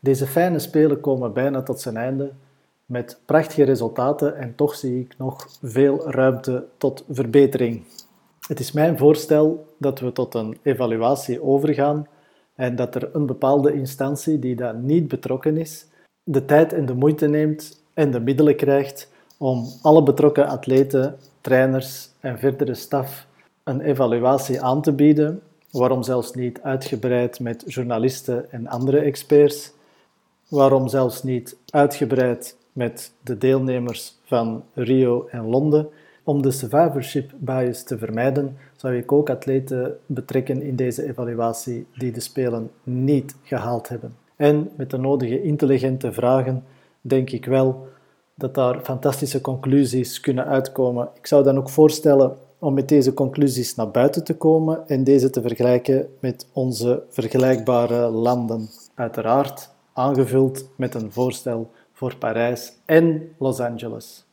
Deze fijne spelen komen bijna tot zijn einde, met prachtige resultaten en toch zie ik nog veel ruimte tot verbetering. Het is mijn voorstel dat we tot een evaluatie overgaan en dat er een bepaalde instantie die daar niet betrokken is, de tijd en de moeite neemt en de middelen krijgt om alle betrokken atleten, trainers en verdere staf een evaluatie aan te bieden. Waarom zelfs niet uitgebreid met journalisten en andere experts? Waarom zelfs niet uitgebreid met de deelnemers van Rio en Londen? Om de survivorship bias te vermijden, zou ik ook atleten betrekken in deze evaluatie die de Spelen niet gehaald hebben. En met de nodige intelligente vragen denk ik wel dat daar fantastische conclusies kunnen uitkomen. Ik zou dan ook voorstellen om met deze conclusies naar buiten te komen en deze te vergelijken met onze vergelijkbare landen. Uiteraard aangevuld met een voorstel voor Parijs en Los Angeles.